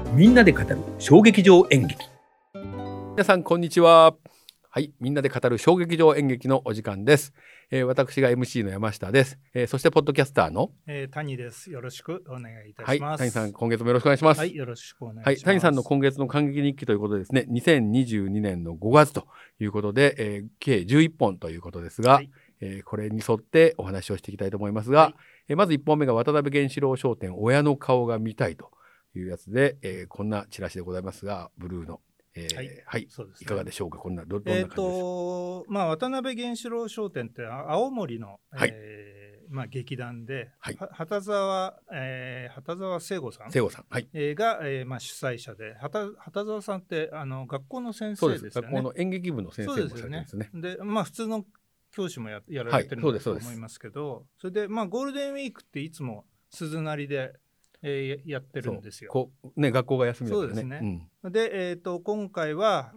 みんなで語る小劇場演劇。 皆さんこんにちは。はい、みんなで語る小劇場演劇のお時間です。私が MC の山下です。そしてポッドキャスターの、 谷です。よろしくお願いいたはい、 します。 谷さん今月もよろしくお願いします。 はい、よろしくお願いします。 はい、谷さんの今月の感激日記ということでですね、2022年の5月ということで、計11本ということですが、 はい、 これに沿ってお話をしていきたいと思いますが、 はい、 まず1本目が渡辺源四郎商店親の顔が見たいというやつで、こんなチラシでございますが、ブルーの、はい、そうですね、いかがでしょうか。どんな感じですか。 渡辺源四郎商店って青森の、 はい、 劇団で、 はい、 畑沢聖吾さん、 はい、 が、主催者で、畑沢さんって学校の先生ですよね。 学校の演劇部の先生もされてるんですね。 で、普通の教師も やられてるんだと思いますけど、それで、ゴールデンウィークっていつも鈴なりでやってるんですよ。 学校が休みだからね。 そうですね。で、今回は、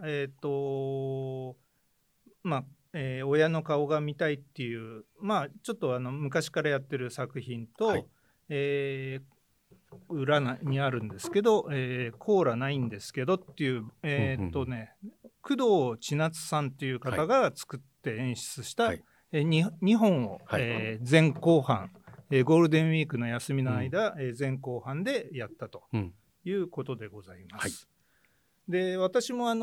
親の顔が見たいっていう、ちょっと昔からやってる作品と、はい、裏にあるんですけど、コーラないんですけどっていう、工藤千夏さんっていう方が作って演出した、はい、2本を、はい、前後半、ゴールデンウィークの休みの間、前後半でやったということでございます。はい、で、私も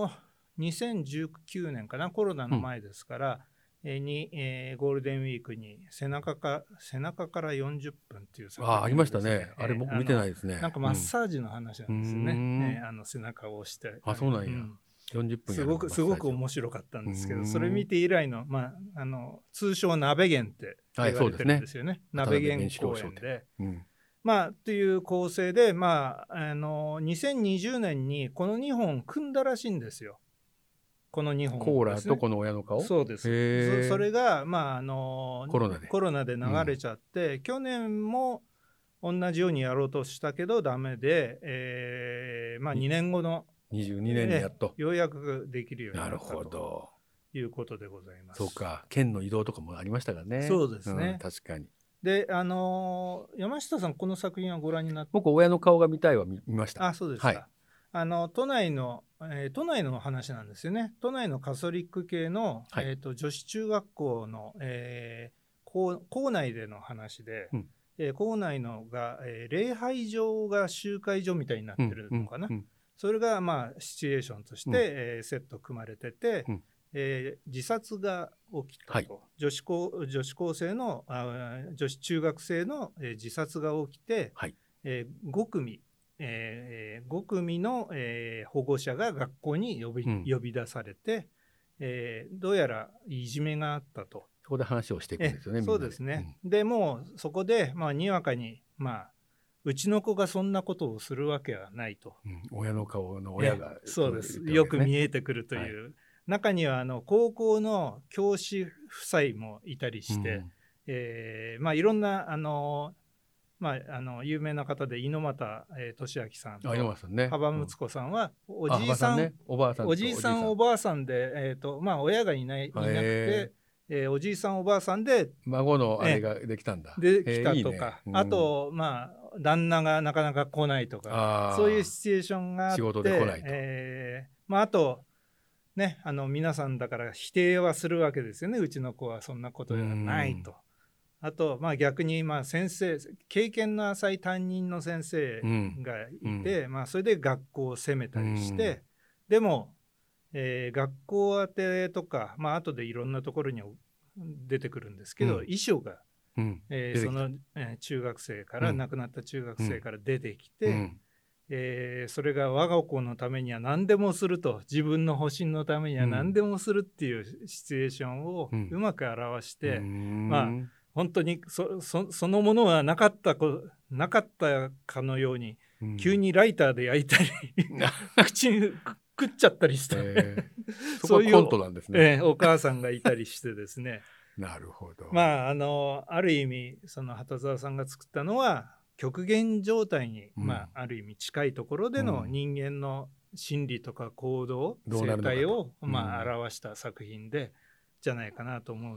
2019年かな、コロナの前ですから、ゴールデンウィークに背中から40分っていう作品、 ありましたね。あれ僕見てないですね。 なんかマッサージの話なんですよね。背中を押して。 あ、そうなんや。40分やるすごく面白かったんですけど、それ見て以来の、通称鍋源って言われてるんですよね。鍋源公演で。という構成で、2020年にこの2本組んだらしいんですよ。この2本、ね、 コーラとこの親の顔。 そうです。それが、 コロナで流れちゃって、去年も同じようにやろうとしたけどダメで、2年後の 22年にやっと、 ようやくできるようになったということでございます。 そうか、県の移動とかもありましたからね。 そうですね。 確かに。 で、山下さんこの作品はご覧になって。 僕親の顔が見たいは見ました。 あ、そうですか。はい、都内の話なんですよね。都内のカソリック系の、はい、女子中学校の、校内での話で、校内のが、礼拝場が集会所みたいになってるのかな。それがシチュエーションとして、セット組まれてて、自殺が起きたと、はい、女子高生の女子中学生の、自殺が起きて、はい、5組の、保護者が学校に呼び出されて、どうやらいじめがあったと。 そこで話をしていくんですよね。 そうですね。でもうそこで、にわかにうちの子がそんなことをするわけはないと。 親の顔の親が、 そうです。よく見えてくるという。はい、中には高校の教師夫妻もいたりして、いろんな有名な方で猪俣俊明さんと幅睦子さんはおじいさんおばあさんで、親がいなくて、おじいさんおばあさんで孫のあれができたんだ。 できたとか、あと旦那がなかなか来ないとか、そういうシチュエーションがあって、 仕事で来ないと、 あとね、皆さんだから否定はするわけですよね。うちの子はそんなことではないと。あと逆に先生、経験の浅い担任の先生がいて、それで学校を責めたりして、でも、学校宛てとか、後でいろんなところに出てくるんですけど、遺書が、その、中学生から亡くなった中学生から出てきて、それが我が子のためには何でもすると、自分の保身のためには何でもするっていうシチュエーションをうまく表して、本当にそのものはなかったかのように、急にライターで焼いたり口に食っちゃったりした、 そういうコントなんですね。 お母さんがいたりしてですねなるほど。 ある意味その畑沢さんが作ったのは極限状態に、ある意味近いところでの人間の心理とか行動、生態を、表した作品でじゃないかなと思うん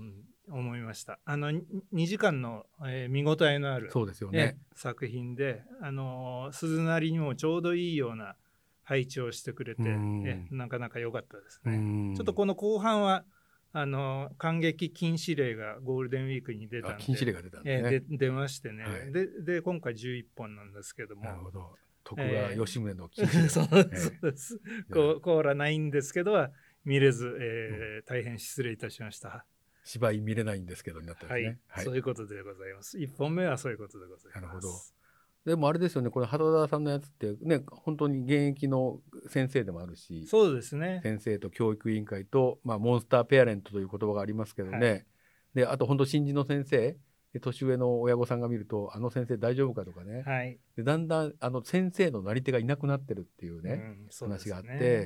思いました。2時間の、見応えのある、 そうですよね、 作品で、鈴なりにもちょうどいいような配置をしてくれて、なかなか良かったですね。ちょっとこの後半は感激禁止令がゴールデンウィークに出たんで、 禁止令が出たんですね、 出ましてね、 はい、 で今回11本なんですけども、 なるほど、徳川吉宗の禁止令、 そうです、コーラないんですけどは見れず、大変失礼いたしました。 芝居見れないんですけどになったんですね、 はい、そういうことでございます。1本目はそういうことでございます。 なるほど。でもあれですよね、これ畑田さんのやつってね、本当に現役の先生でもあるし、 そうですね、 先生と教育委員会と、モンスターペアレントという言葉がありますけどね、であと本当新人の先生、年上の親御さんが見ると先生大丈夫かとかね、でだんだん先生のなり手がいなくなってるっていうね、話があって、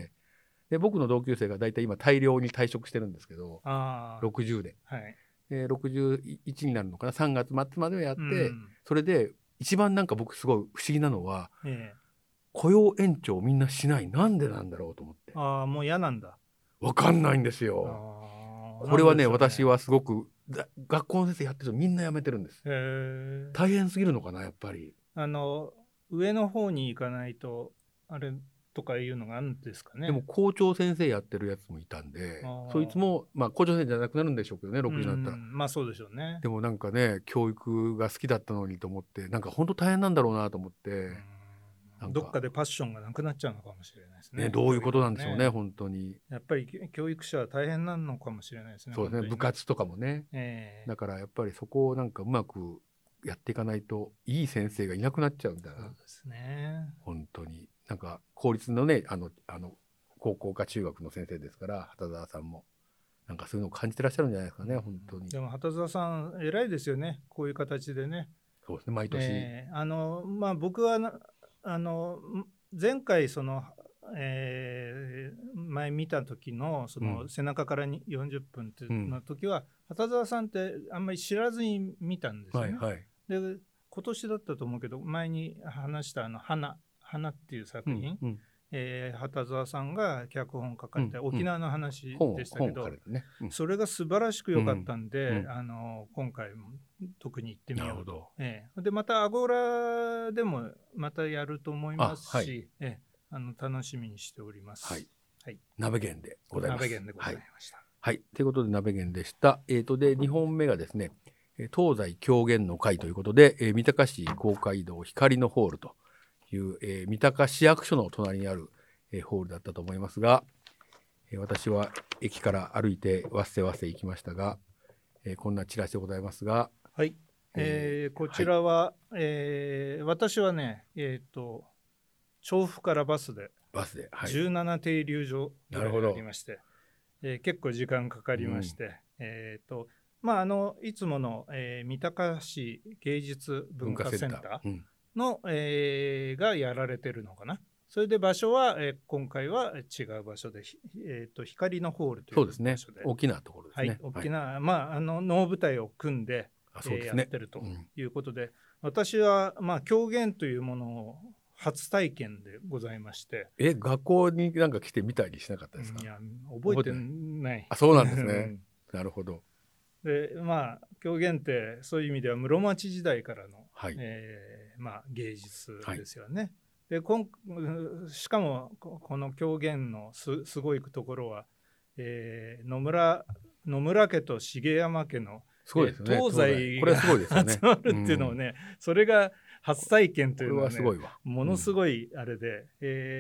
で僕の同級生が大体今大量に退職してるんですけど、60で、61になるのかな、3月末まではやって、それで一番なんか僕すごい不思議なのは、雇用延長みんなしない、なんでなんだろうと思って。 もう嫌なんだ。 分かんないんですよ。これはね、私はすごく学校の先生やってるとみんな辞めてるんです。大変すぎるのかな、やっぱり。 上の方に行かないとあれとかいうのがあるんですかね。 でも校長先生やってるやつもいたんで、そいつも校長先生じゃなくなるんでしょうけどね、60になったら。 そうでしょうね。 でもなんかね、教育が好きだったのにと思って、なんか本当大変なんだろうなと思って、 どっかでパッションがなくなっちゃうのかもしれないですね。 どういうことなんでしょうね、本当に。 やっぱり教育者は大変なのかもしれないですね。 そうですね、部活とかもね。だからやっぱりそこをなんかうまくやっていかないといい先生がいなくなっちゃうんだな。 そうですね。 本当になんか公立のね、高校か中学の先生ですから、畑澤さんもなんかそういうのを感じてらっしゃるんじゃないですかね、本当に。 でも畑澤さん偉いですよね、こういう形でね。 そうですね、毎年。 僕は前回前見た時の背中から40分っていうの時は、畑澤さんってあんまり知らずに見たんですよね。で今年だったと思うけど、前に話した花っていう作品、畑澤さんが脚本書かれて沖縄の話でしたけど、それが素晴らしく良かったんで、今回も特に行ってみようと。でまたアゴラでもまたやると思いますし、楽しみにしております。 鍋源でございます。 鍋源でございました。 ということで鍋源でした。で2本目がですね、東西狂言の会ということで、三鷹市公会堂光のホールという、三鷹市役所の隣にある、ホールだったと思いますが、私は駅から歩いてわっせ行きましたが、こんなチラシでございますが、 こちらは、私はね、調布からバスで17停留所がありまして、結構時間かかりまして、いつもの、三鷹市芸術文化センターの、がやられてるのかな。それで場所は、今回は違う場所で、光のホールという場所で、そうですね、 大きなところですね。 大きな、能舞台を組んで、やってるということで、私は、狂言というものを初体験でございまして。 学校になんか来てみたりしなかったですか？ いや、覚えてない。 そうなんですね。なるほど。 で狂言ってそういう意味では室町時代からの、芸術ですよね。でしかもこの狂言のすごいところは、野村家と重山家の東西が集まるっていうのをね、それが初体験というのはね、ものすごいあれで、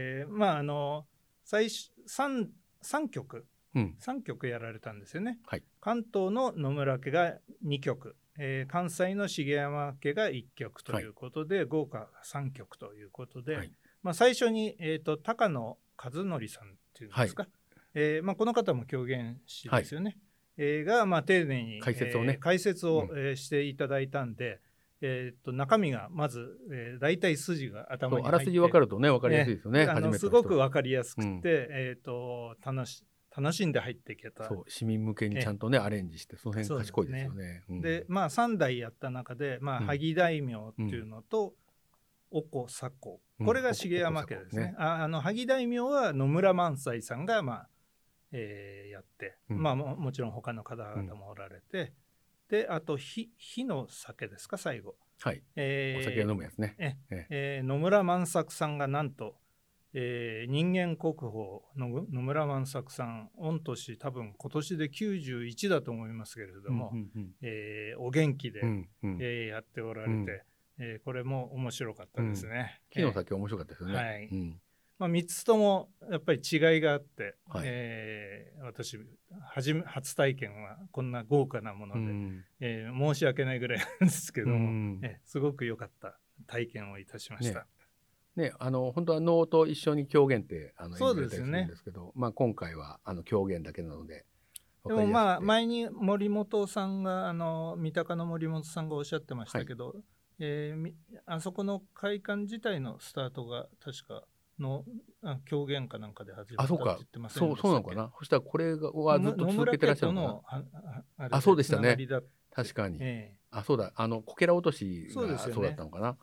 最初3曲やられたんですよね。関東の野村家が2曲、関西の重山家が1曲ということで、豪華3曲ということで、最初に、高野和則さんっていうんですか、この方も狂言師ですよね、が、丁寧に解説を、していただいたんで、中身がまず、大体筋が頭に入って、 あらすじ分かるとね、分かりやすいですよね。 すごく分かりやすくて、楽しんで入っていけた。 市民向けにちゃんとね、アレンジして、その辺賢いですよね。 で3代やった中で、萩大名っていうのと、おこさこ、これが重山家ですね。萩大名は野村萬斎さんがやって、もちろん他の方々もおられて、 であと火の酒ですか最後。 はい、お酒を飲むやつね。 野村万作さんがなんと、人間国宝の野村万作さん、御年多分今年で91だと思いますけれども、お元気で、やっておられて、これも面白かったですね。 木の酒面白かったですよね。 はい。3つともやっぱり違いがあって、私初体験はこんな豪華なもので、申し訳ないぐらいなんですけども、すごく良かった体験をいたしました。 本当は能と一緒に狂言ってそうですね。 んですけど、今回は狂言だけなので。 でも前に森本さんが三鷹の森本さんがおっしゃってましたけど、あそこの会館自体のスタートが確かの狂言かなんかで始まったって言ってませんでしたっけ？そうなのかな。 そしたらこれはずっと続けてらっしゃるのかな。そうでしたね。確かに。そうだ、こけら落としがそうだったのかな。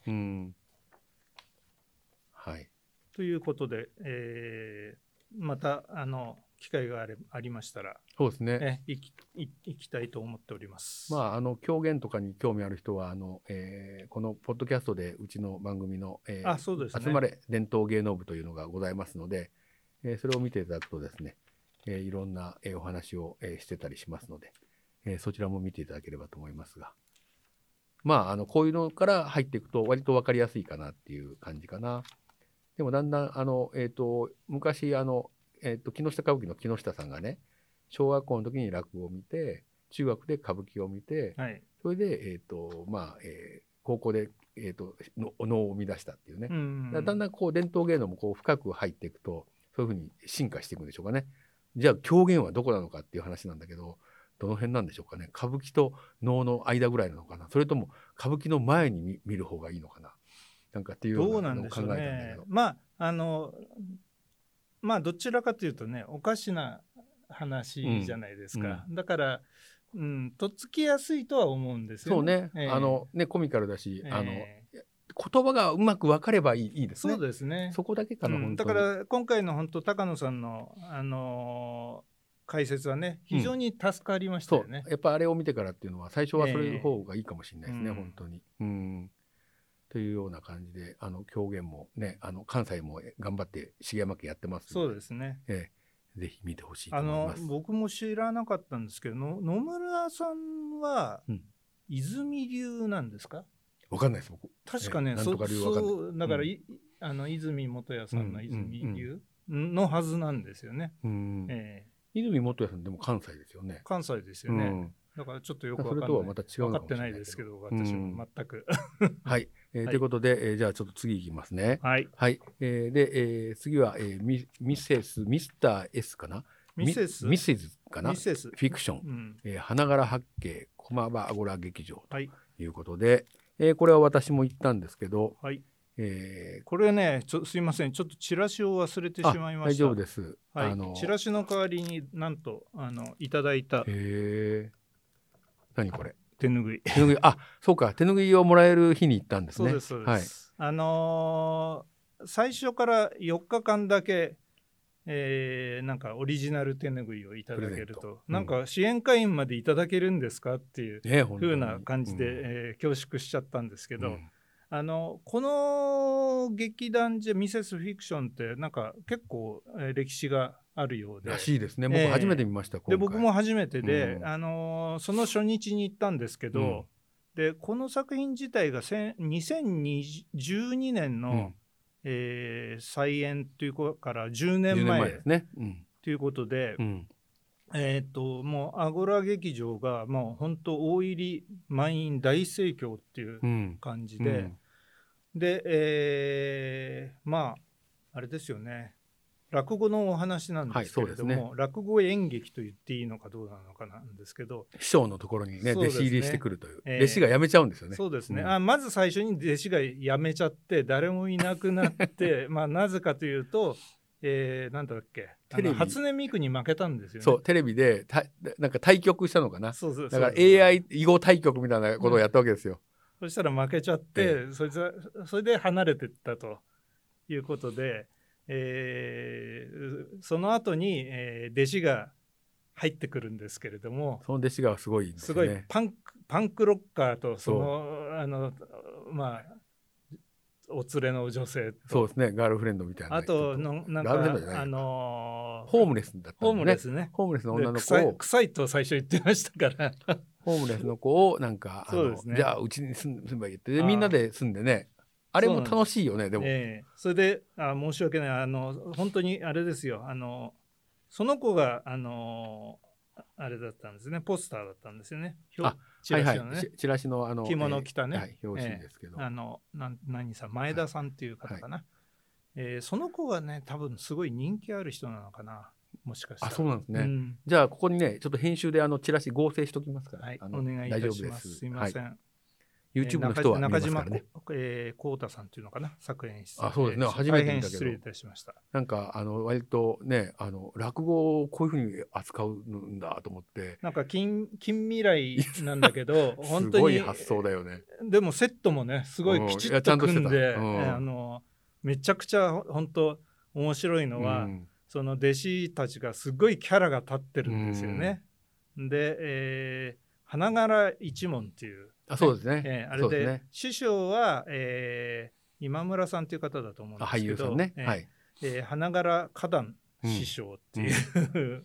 はい。 ということで、また機会がありましたら、 そうですね。 行きたいと思っております。 狂言とかに興味ある人はこのポッドキャストでうちの番組の、 そうですね、 集まれ伝統芸能部というのがございますので、それを見ていただくとですね、いろんな、お話を、してたりしますので、そちらも見ていただければと思いますが、こういうのから入っていくと割と分かりやすいかなっていう感じかな。でもだんだん昔木下歌舞伎の木下さんがね、小学校の時に落語を見て、中学で歌舞伎を見て、それで高校で能を生み出したっていうね。だんだんこう伝統芸能もこう深く入っていくと、そういうふうに進化していくんでしょうかね。じゃあ狂言はどこなのかっていう話なんだけど、どの辺なんでしょうかね。歌舞伎と能の間ぐらいなのかな。それとも歌舞伎の前に見る方がいいのかな。なんかっていうようなのを考えたんだけど。 どちらかというとね、おかしな話じゃないですか。だから、とっつきやすいとは思うんですよね。 そうね。コミカルだし、言葉がうまく分かればいいですね。 そうですね。 そこだけかな、本当に。 だから今回の本当高野さんの解説はね、非常に助かりましたよね。 やっぱあれを見てからっていうのは最初はそれの方がいいかもしれないですね、本当に。というような感じで狂言もね、関西も頑張って重山家やってますので、 そうですね、 ぜひ見てほしいと思います。 僕も知らなかったんですけど、野村さんは泉流なんですか？ わかんないです、僕。 確かね、そうだから、泉元彌さんの泉流のはずなんですよね。 泉元彌さんでも関西ですよね。 関西ですよね。だからちょっとよく分かってないですけど、私も全く。 はい。ということで、じゃあちょっと次いきますね。 はい。 で、次はミスター S かな。ミセスかな。フィクション、花柄八景駒場アゴラ劇場ということで、これは私も行ったんですけど、 これね、すいません、ちょっとチラシを忘れてしまいました。 大丈夫です。 チラシの代わりになんといただいた。 何これ？ 手ぬぐい。 そうか、手ぬぐいをもらえる日に行ったんですね。 そうです。最初から4日間だけ、なんかオリジナル手ぬぐいをいただけると、なんか支援会員までいただけるんですかっていう風な感じで、恐縮しちゃったんですけど、この劇団ミセスフィクションってなんか結構歴史があるようで、 らしいですね。僕初めて見ました。 で僕も初めてで、その初日に行ったんですけど、でこの作品自体が2012年の、再演ということから10年前ですね。ということで、もうアゴラ劇場がもう本当大入り満員大盛況っていう感じで、で、あれですよね、落語のお話なんですけれども、落語演劇と言っていいのかどうなのかなんですけど、 師匠のところにね、弟子入りしてくるという、弟子が辞めちゃうんですよね。 そうですね。まず最初に弟子が辞めちゃって誰もいなくなってなぜかというと、なんだっけ、初音ミクに負けたんですよね。 そう、テレビでなんか対局したのかな。だから AI 囲碁対局みたいなことをやったわけですよ。 そしたら負けちゃって、それで離れていったということで、その後に、弟子が入ってくるんですけれども、 その弟子がすごいんですよね。 すごいパンクロッカーとまあお連れの女性と、 そうですね、ガールフレンドみたいな。 あとなんかホームレスだったんで、ね、 ホームレスね。 ホームレスの女の子を臭いと最初言ってましたからホームレスの子をなんかそうですね、 じゃあうちに住めばいいってでみんなで住んでね、あれも楽しいよね。でも、 それで申し訳ない本当にあれですよ、その子があれだったんですね、ポスターだったんですよね。チラシのね、はいはい、 チラシの着物着たね、 はい、表紙ですけど、 何さん前田さんっていう方かな、はい、その子がね多分すごい人気ある人なのかな、もしかしたら。 そうなんですね、じゃあここにねちょっと編集でチラシ合成しときますから、 はい、お願いいたします。すいません、はい、 YouTube の人は見ますからね。 中島幸太さんっていうのかな、作演出。 そうですね、初めて見たけど。 失礼いたしました。 なんか割とね落語をこういうふうに扱うんだと思って。 なんか近未来なんだけど本当にすごい発想だよね。 でもセットもねすごいきちっと組んで、めちゃくちゃ本当面白いのは、その弟子たちがすごいキャラが立ってるんですよね。で、花柄一門っていう。 そうですね。 あれで師匠は、今村さんという方だと思うんですけど、俳優さんね、はい、花柄花壇師匠っていう、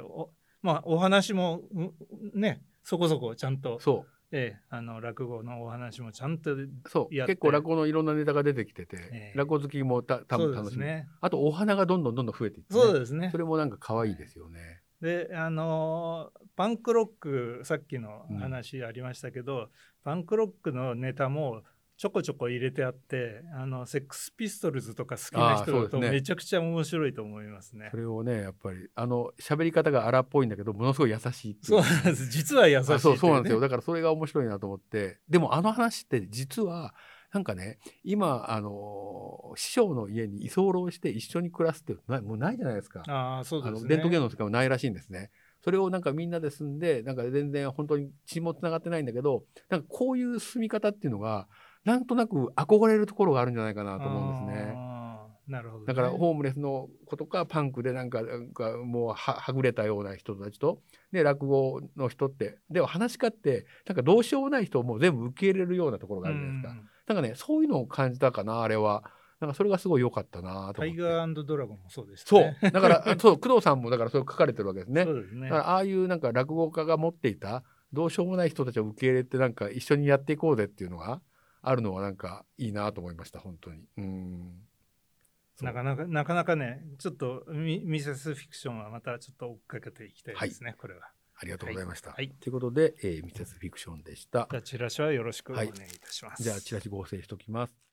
お話もねそこそこちゃんと、落語のお話もちゃんとやって、 結構落語のいろんなネタが出てきてて、落語好きも多分楽しみ、ね、あとお花がどんどん増えていって、 そうですね、 それもなんか可愛いですよね。 でパンクロックさっきの話ありましたけど、パンクロックのネタもちょこちょこ入れてあって、セックスピストルズとか好きな人だとめちゃくちゃ面白いと思いますね。 それをねやっぱり喋り方が荒っぽいんだけどものすごい優しいっていう。 そうなんです、実は優しいっていう、ね、 そうなんですよ。だからそれが面白いなと思って。でも話って実はなんかね今師匠の家に居候して一緒に暮らすってもうないじゃないですか。 そうですね、 伝統芸能の世界もないらしいんですね。それをなんかみんなで住んでなんか全然本当に血もつながってないんだけど、なんかこういう住み方っていうのがなんとなく憧れるところがあるんじゃないかなと思うんですね。 なるほどね、 だからホームレスの子とかパンクでなんかもうはぐれたような人たちとで落語の人ってでは話し家ってなんかどうしようもない人をもう全部受け入れるようなところがあるじゃないですか。なんかねそういうのを感じたかなあれは。なんかそれがすごい良かったなと思って。 タイガー&ドラゴンもそうでしたね。 そうだから工藤さんもだからそれを書かれてるわけですね。 そうですね。 だからああいうなんか落語家が持っていたどうしようもない人たちを受け入れてなんか一緒にやっていこうぜっていうのがあるのはなんかいいなと思いました本当に。 なかなかねちょっとミセスフィクションはまたちょっと追っかけていきたいですね、これは。 ありがとうございました。 はい、 ということで、ミセスフィクションでした。 じゃあチラシはよろしくお願いいたします。 じゃあチラシ合成しときます。